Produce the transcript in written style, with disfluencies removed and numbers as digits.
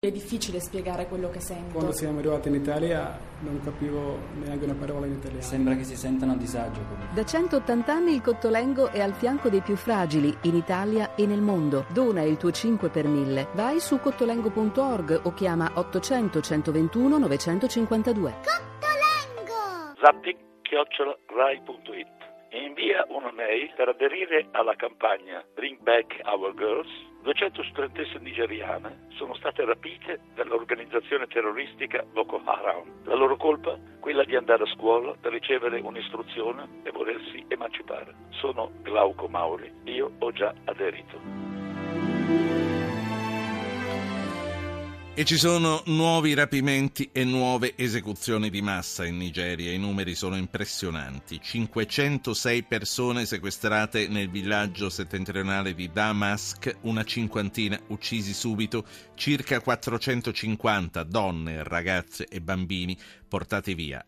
È difficile spiegare quello che sento. Quando siamo arrivati in Italia non capivo neanche una parola in italiano. Sembra che si sentano a disagio. Da 180 anni il Cottolengo è al fianco dei più fragili in Italia e nel mondo. Dona il tuo 5 per 1000. Vai su cottolengo.org o chiama 800 121 952. Cottolengo! Zapping@rai.it e invia una mail per aderire alla campagna Bring Back Our Girls. 200 studentesse nigeriane sono state rapite dall'organizzazione terroristica Boko Haram. La loro colpa? Quella di andare a scuola per ricevere un'istruzione e volersi emancipare. Sono Glauco Mauri, io ho già aderito. E ci sono nuovi rapimenti e nuove esecuzioni di massa in Nigeria. I numeri sono impressionanti. 506 persone sequestrate nel villaggio settentrionale di Damask, una cinquantina uccisi subito, circa 450 donne, ragazze e bambini portati via